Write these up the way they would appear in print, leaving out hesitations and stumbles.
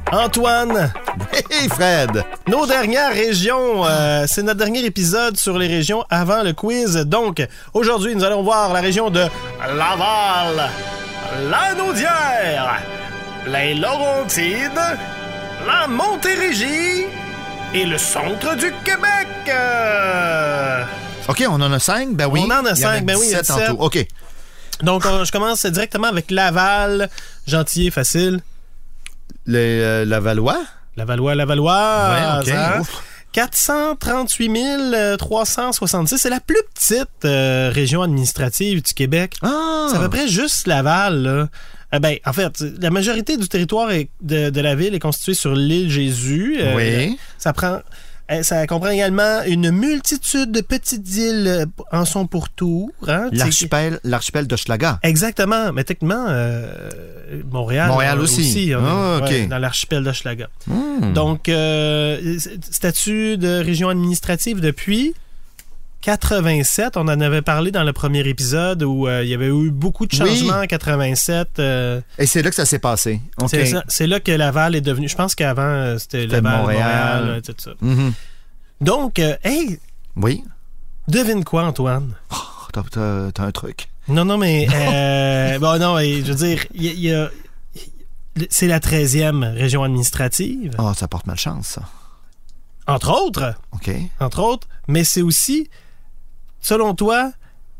Antoine! Hey Fred! Nos dernières régions, c'est notre dernier épisode sur les régions avant le quiz. Donc, aujourd'hui, nous allons voir la région de Laval, Lanaudière, les Laurentides, la Montérégie et le centre du Québec. OK, on en a 5? Ben oui. On en a 5, ben oui, il y a 7 en tout. OK. Donc, je commence directement avec Laval. Gentil et facile. Lavallois? Lavallois. Ouais, OK. Hein? 438 366. C'est la plus petite région administrative du Québec. Ah! C'est à peu près juste Laval, là. En fait, la majorité du territoire de la ville est constituée sur l'île Jésus. Oui. Ça comprend également une multitude de petites îles en son pourtour. Hein? L'archipel d'Hochelaga. Exactement. Mais techniquement, Montréal aussi. OK. Dans l'archipel d'Hochelaga. Donc, statut de région administrative depuis 87. On en avait parlé dans le premier épisode où il y avait eu beaucoup de changements en 87. Et c'est là que ça s'est passé. Okay. C'est là que Laval est devenu... Je pense qu'avant, c'était Laval, Montréal, tout ça. Mm-hmm. Donc, hey! Oui? Devine quoi, Antoine? Oh, t'as un truc. Non, mais... je veux dire, c'est la 13e région administrative. Oh, ça porte malchance, ça. Entre autres. OK. Entre autres, mais c'est aussi... Selon toi,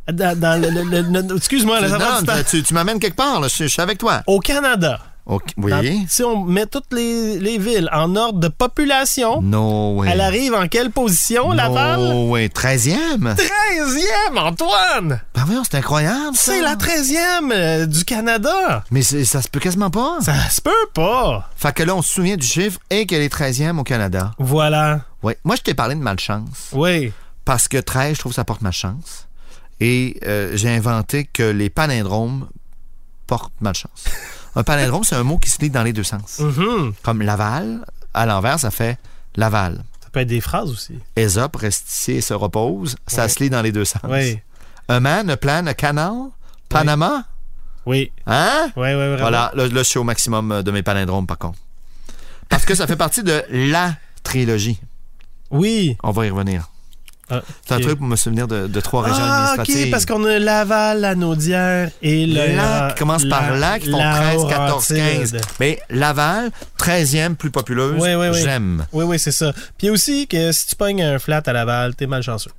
excuse-moi, tu m'amènes quelque part, là, je suis avec toi. Au Canada. Okay, oui. Si on met toutes les villes en ordre de population, elle arrive en quelle position, Laval? Oui, 13e. 13e, Antoine! Ben oui, c'est incroyable, ça. C'est la 13e du Canada. Mais ça se peut quasiment pas. Ça se peut pas. Fait que là, on se souvient du chiffre et qu'elle est 13e au Canada. Voilà. Oui. Moi, je t'ai parlé de malchance. Oui. Parce que 13, je trouve que ça porte malchance. Et j'ai inventé que les palindromes portent malchance. Un palindrome, c'est un mot qui se lit dans les deux sens. Mm-hmm. Comme Laval, à l'envers, ça fait Laval. Ça peut être des phrases aussi. Ésope reste ici et se repose. Ça se lit dans les deux sens. Oui. Un man, un plan, un canal, Panama. Oui. Hein? Oui, vraiment. Voilà, là, je suis au maximum de mes palindromes, par contre. Parce que ça fait partie de la trilogie. Oui. On va y revenir. C'est un truc pour me souvenir de 3 régions administratives. OK, parce qu'on a Laval, Lanaudière et le... Lac qui commence par Lac, qui font 13, 14, 15. Mais Laval, 13e, plus populeuse, j'aime. Oui, c'est ça. Puis aussi que si tu pognes un flat à Laval, t'es malchanceux.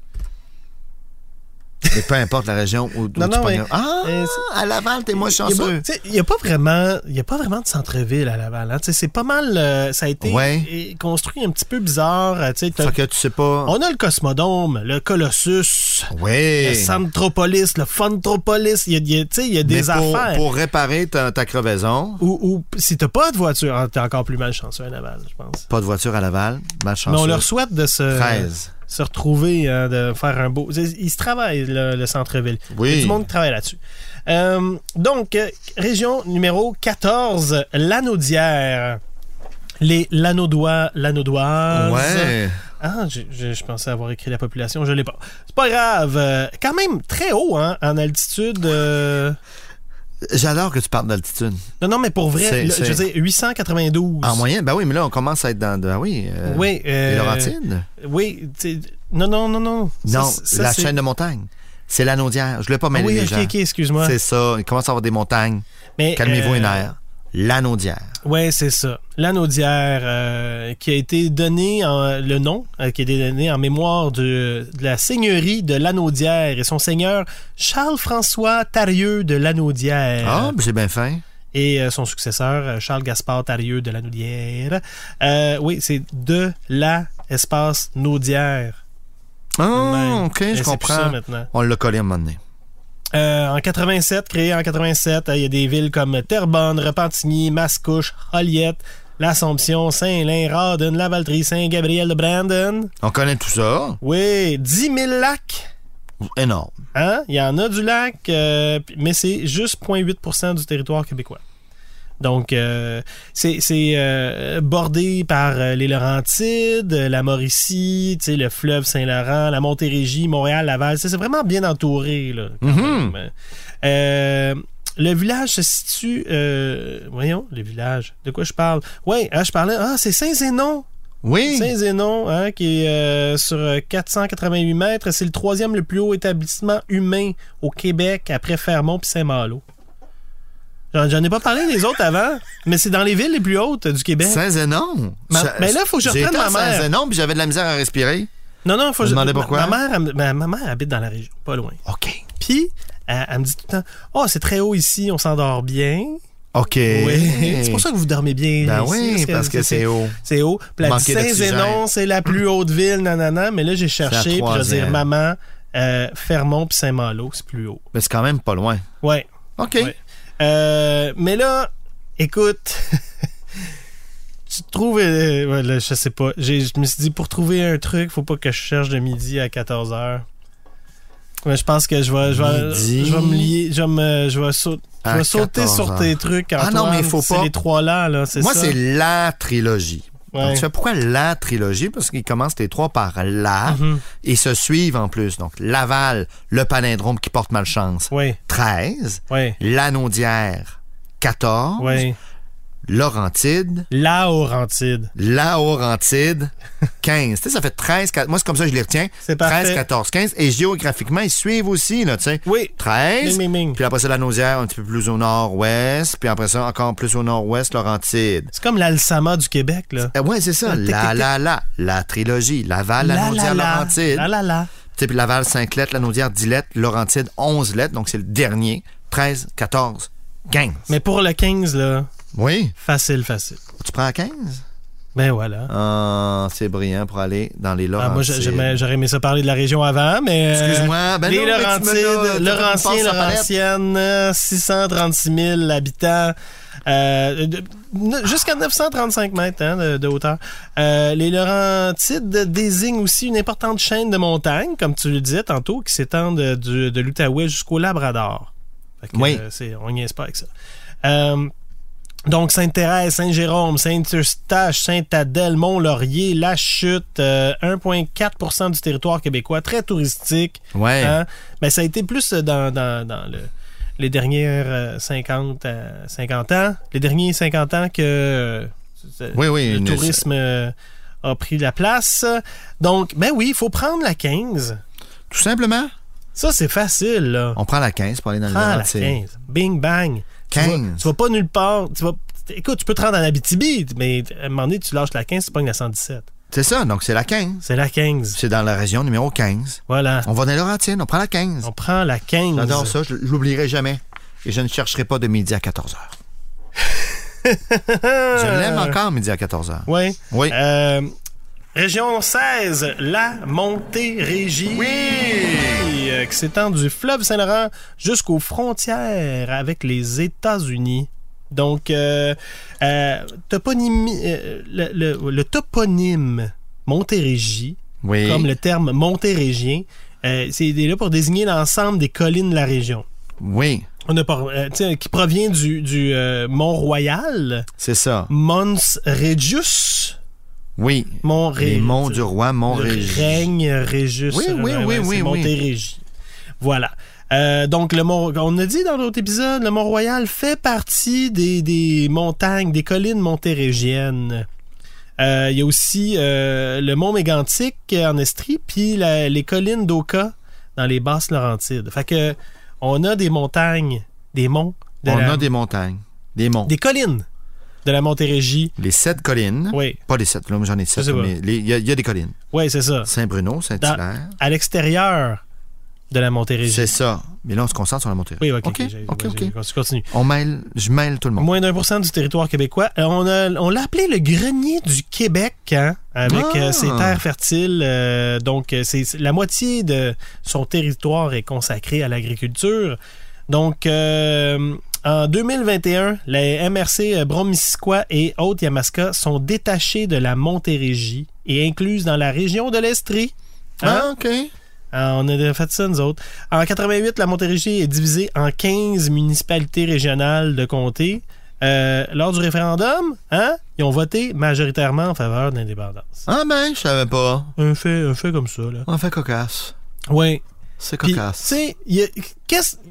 Mais peu importe la région où tu pognes... à Laval, t'es moins chanceux. Il n'y a pas vraiment de centre-ville à Laval. Hein? C'est pas mal... ça a été construit un petit peu bizarre. Fait que tu sais pas... On a le Cosmodome, le Colossus, le Centropolis, le Funtropolis. Il y a des affaires. Pour réparer ta crevaison... Ou si t'as pas de voiture, t'es encore plus malchanceux à Laval, je pense. Pas de voiture à Laval, malchanceux. Mais on leur souhaite de se retrouver, de faire un beau... Il se travaille, le centre-ville. Oui. Il y a du monde qui travaille là-dessus. Donc, région numéro 14, Lanaudière. Les Lanaudoises. Ouais. Ah, je pensais avoir écrit la population, je l'ai pas. C'est pas grave. Quand même très haut, hein, en altitude. J'adore que tu parles d'altitude. Non, mais pour vrai, je veux dire, 892. En moyenne, ben oui, mais là, on commence à être dans... les Laurentides? Oui, non. Non, la chaîne de montagnes. C'est Lanaudière. Je ne voulais pas mêler les gens. OK, excuse-moi. C'est ça. Il commence à avoir des montagnes. Mais, calmez-vous une aire. Lanaudière. Oui, c'est ça. Lanaudière, qui a été donné le nom, qui a été donné en mémoire de la seigneurie de Lanaudière et son seigneur Charles-François Tarieux de Lanaudière. Ah, ben c'est bien fin. Et son successeur, Charles-Gaspard Tarieux de Lanaudière. Oui, c'est de la espace Naudière. Ah, OK, je comprends. Ça, maintenant. On l'a collé à un moment donné. En 87, créé en 87, il y a des villes comme Terrebonne, Repentigny, Mascouche, Joliette, L'Assomption, Saint-Lin, Rawdon, Lavaltrie, Saint-Gabriel-de-Brandon. On connaît tout ça. Oui, 10 000 lacs. Énorme. Hein? Il y en a du lac, mais c'est juste 0,8% du territoire québécois. Donc, c'est bordé par les Laurentides, la Mauricie, le fleuve Saint-Laurent, la Montérégie, Montréal, Laval. C'est vraiment bien entouré, là, quand même. le village se situe... voyons, le village. De quoi je parle? Oui, je parlais... c'est Saint-Zénon. Oui. Saint-Zénon, qui est sur 488 mètres. C'est le 3e le plus haut établissement humain au Québec, après Fermont puis Saint-Malo. J'en ai pas parlé des autres avant, mais c'est dans les villes les plus hautes du Québec. Saint-Zénon? Mais là, il faut que je reprenne ma mère. Saint-Zénon, puis j'avais de la misère à respirer. Non, faut que je... demandais pourquoi? Ma mère habite dans la région, pas loin. OK. Puis, elle me dit tout le temps, c'est très haut ici, on s'endort bien. OK. Oui. C'est pour ça que vous dormez bien. Ben ici, oui, parce que c'est haut. C'est haut. Puis elle dit Saint-Zénon, c'est la plus haute ville, nanana. Mais là, j'ai cherché, puis je veux dire, maman, Fermont puis Saint-Malo, c'est plus haut. Mais c'est quand même pas loin. Oui. OK. Ouais. Mais là, écoute, tu trouves... là, je sais pas. Je me suis dit, pour trouver un truc, faut pas que je cherche de midi à 14h. Mais je pense que je vais me lier, je vais sauter sur tes trucs, Antoine. Non, mais il faut c'est pas. les trois là, c'est Moi, ça? c'est la trilogie. Ouais. Donc, tu fais pourquoi la trilogie? Parce qu'ils commencent les trois par la et se suivent en plus. Donc, Laval, le palindrome qui porte malchance, 13. Oui. Lanaudière, 14. Oui. Laurentide. La Laurentide, 15. Tu sais, ça fait 13, 14. Moi, c'est comme ça que je les retiens. C'est parfait. 13, 14, 15. Et géographiquement, ils suivent aussi, là, tu sais. Oui. 13. Ming. Puis après ça, Lanaudière, un petit peu plus au nord-ouest. Puis après ça, encore plus au nord-ouest, Laurentide. C'est comme l'Alsama du Québec, là. Ouais, c'est ça. La trilogie. Laval, Lanaudière, Laurentide. La. Tu sais, puis Laval, 5 lettres. Lanaudière, 10 lettres. Laurentide, 11 lettres. Donc, c'est le dernier. 13, 14, 15. Mais pour le 15, là... Oui. Facile. Tu prends 15? Ben voilà. C'est brillant pour aller dans les Laurentides. Moi, j'aurais aimé ça parler de la région avant, mais... Excuse-moi. Les Laurentides, Laurentien, Laurentienne, 636 000 habitants, jusqu'à 935 mètres de hauteur. Les Laurentides désignent aussi une importante chaîne de montagnes, comme tu le disais tantôt, qui s'étend de l'Outaouais jusqu'au Labrador. Fait que, oui. On n'y est pas avec ça. Donc, Sainte-Thérèse, Saint-Jérôme, Saint-Eustache, Sainte-Adèle, Mont-Laurier, La Chute, 1,4% du territoire québécois, très touristique. Ouais. Mais ça a été plus dans les dernières 50 ans. Les derniers 50 ans que le tourisme a pris la place. Donc, ben oui, il faut prendre la 15. Tout simplement. Ça, c'est facile, là. On prend la 15 pour aller dans le Laurentides. La 15. Bing, bang. 15. Tu vas pas nulle part. Écoute, tu peux te rendre en Abitibi, mais à un moment donné, tu lâches la 15, tu pognes la 117. C'est ça, donc c'est la 15. C'est la 15. C'est dans la région numéro 15. Voilà. On va dans les Laurentides, on prend la 15. On prend la 15. J'adore ça, je l'oublierai jamais. Et je ne chercherai pas de midi à 14h. Je l'aime encore, midi à 14h. Oui. Oui. Région 16, la Montérégie. Oui! Qui s'étend du fleuve Saint-Laurent jusqu'aux frontières avec les États-Unis. Donc, le toponyme Montérégie, comme le terme montérégien, c'est là pour désigner l'ensemble des collines de la région. Oui. Qui provient du Mont-Royal. C'est ça. Mons Regius. Oui. Les monts du roi, Mont-Régie. Règne Régius. Oui. Montérégie. Voilà. Donc, on a dit dans l'autre épisode, le Mont-Royal fait partie des montagnes, des collines montérégiennes. Il y a aussi le Mont Mégantic en Estrie, puis les collines d'Oka dans les Basses Laurentides. Fait que on a des montagnes, des monts. Des montagnes, des monts. Des collines de la Montérégie. Les 7 collines. Oui. Pas les 7, là, j'en ai 7. Mais il y a des collines. Oui, c'est ça. Saint-Bruno, Saint-Hilaire. À l'extérieur de la Montérégie. C'est ça. Mais là, on se concentre sur la Montérégie. Oui, OK. Continue. Je mêle tout le monde. Moins d'1% du territoire québécois. On l'a appelé le grenier du Québec, avec ses terres fertiles. Donc, la moitié de son territoire est consacré à l'agriculture. Donc, en 2021, les MRC Brome-Missisquoi et Haute-Yamaska sont détachés de la Montérégie et incluses dans la région de l'Estrie. OK. On a fait ça, nous autres. En 88, la Montérégie est divisée en 15 municipalités régionales de comté. Lors du référendum, ils ont voté majoritairement en faveur de l'indépendance. Ah ben, je savais pas. Un fait comme ça, là. Un fait cocasse. Oui. C'est cocasse. Tu sais,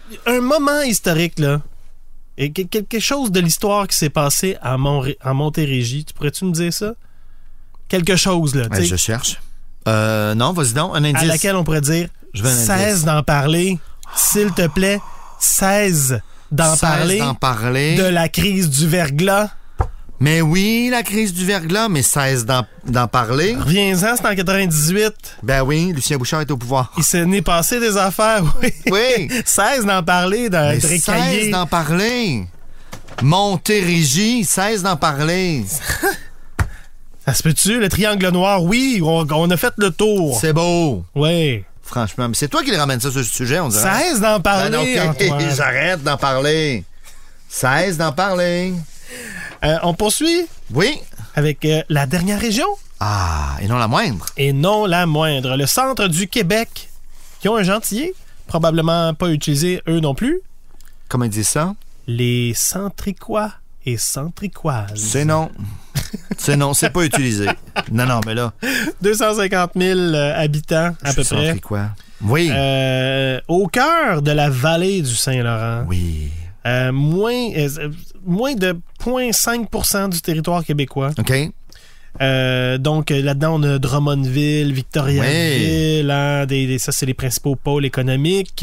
un moment historique, là. Et quelque chose de l'histoire qui s'est passé en Montérégie. Tu pourrais-tu me dire ça? Quelque chose, là. Je cherche. Non, vas-y donc, un indice. À laquelle on pourrait dire, cesse d'en parler, s'il te plaît, cesse d'en parler de la crise du verglas. Mais oui, la crise du verglas, mais cesse d'en parler. Reviens-en, c'est en 98. Ben oui, Lucien Bouchard est au pouvoir. Il s'est né passé des affaires, oui. Oui. Cesse d'en parler, cesse d'en parler. Montérégie, cesse d'en parler. Ça se peut-tu? Le triangle noir, oui, on a fait le tour. C'est beau. Oui. Franchement, mais c'est toi qui les ramène ça sur ce sujet, on dirait. Cesse d'en parler, Antoine. J'arrête d'en parler. Cesse d'en parler. On poursuit? Oui. Avec la dernière région. Ah, et non la moindre. Et non la moindre. Le centre du Québec, qui ont un gentillet, probablement pas utilisé eux non plus. Comment ils disent ça? Les centricois et centricoises. C'est non. C'est non, c'est pas utilisé. Non, mais là... 250 000 habitants, à peu près. Centricois. Oui. Au cœur de la vallée du Saint-Laurent. Oui. Moins de 0,5% du territoire québécois. OK. Donc, là-dedans, on a Drummondville, Victoriaville, oui. Ça, c'est les principaux pôles économiques.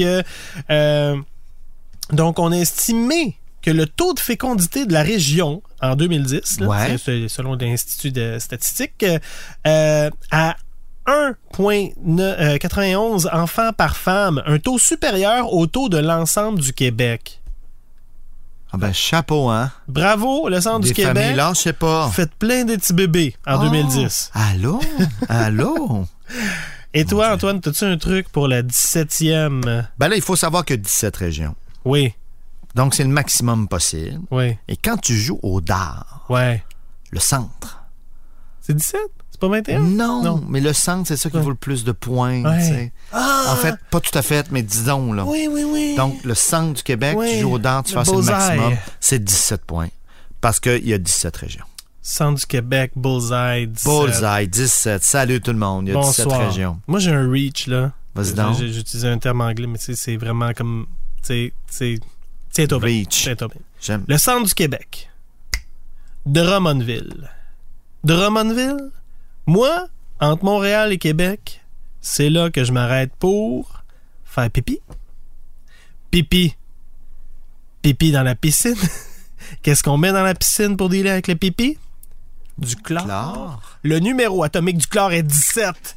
Donc, on a estimé que le taux de fécondité de la région en 2010, là, ouais. selon l'Institut de statistique, à 1,91 enfants par femme, un taux supérieur au taux de l'ensemble du Québec. Ah ben, chapeau, hein? Bravo, le centre du Québec. Des familles, là, je sais pas. Faites plein de petits bébés en 2010. Allô? Allô? Et toi, Antoine, as-tu un truc pour la 17e? Ben là, il faut savoir que 17 régions. Oui. Donc, c'est le maximum possible. Oui. Et quand tu joues au dard, ouais. Le centre. C'est 17? C'est pas 21? Non, mais le centre, c'est ça qui vaut le plus de points. Ouais. En fait, pas tout à fait, mais disons. Là. Oui. Donc, le centre du Québec, tu joues au dard, tu fais le maximum, c'est 17 points. Parce qu'il y a 17 régions. Centre du Québec, Bullseye, 17. Bullseye, 17. Salut tout le monde, il y a 17 régions. Moi, j'ai un reach, là. Vas-y donc. J'utilise un terme anglais, mais c'est vraiment comme... Tiens-toi bien. J'aime. Le centre du Québec. Drummondville. Drummondville, moi, entre Montréal et Québec, c'est là que je m'arrête pour faire pipi. Pipi dans la piscine. Qu'est-ce qu'on met dans la piscine pour dealer avec le pipi? Du chlore. Le numéro atomique du chlore est 17.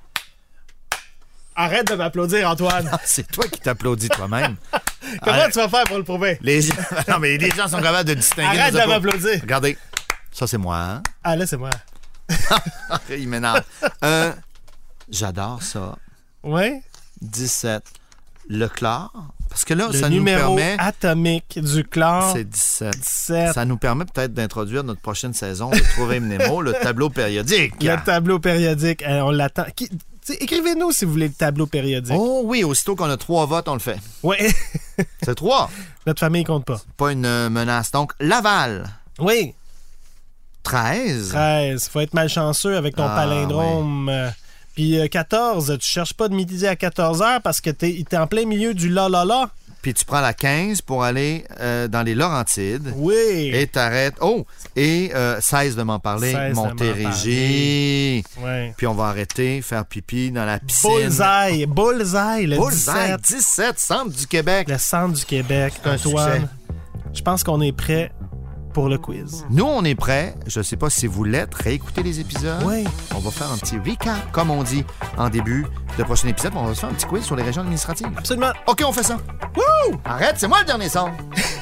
Arrête de m'applaudir, Antoine. C'est toi qui t'applaudis toi-même. Comment tu vas faire pour le prouver? Non, mais les gens sont capables de distinguer. Arrête de m'applaudir. Regardez. Ça, c'est moi, hein? Ah, là, c'est moi. Il m'énerve. J'adore ça. Oui? 17. Le chlore. Parce que là, le ça nous permet... Le numéro atomique du chlore. C'est 17. 17. Ça nous permet peut-être d'introduire notre prochaine saison de Trouver Nemo, le tableau périodique. Le tableau périodique. On l'attend. Écrivez-nous si vous voulez le tableau périodique. Oh oui, aussitôt qu'on a 3 votes, on le fait. Oui. C'est 3. Notre famille compte pas. Pas une menace. Donc, Laval. Oui. 13. 13. Faut être malchanceux avec ton palindrome. Oui. Puis 14, tu cherches pas de midi à 14h parce que t'es en plein milieu du la-la-la. Puis tu prends la 15 pour aller dans les Laurentides. Oui. Et t'arrêtes. Oh! Et 16 de m'en parler. Montérégie. Oui. Puis on va arrêter, faire pipi dans la piscine. Bullseye, le Bullseye, 17. 17, centre du Québec. Le centre du Québec, Antoine. Je pense qu'on est prêt pour le quiz. Nous, on est prêts. Je ne sais pas si vous l'êtes. Réécoutez les épisodes. Oui. On va faire un petit recap, comme on dit en début de prochain épisode. On va se faire un petit quiz sur les régions administratives. Absolument. OK, on fait ça. Wouh! Arrête, c'est moi le dernier son.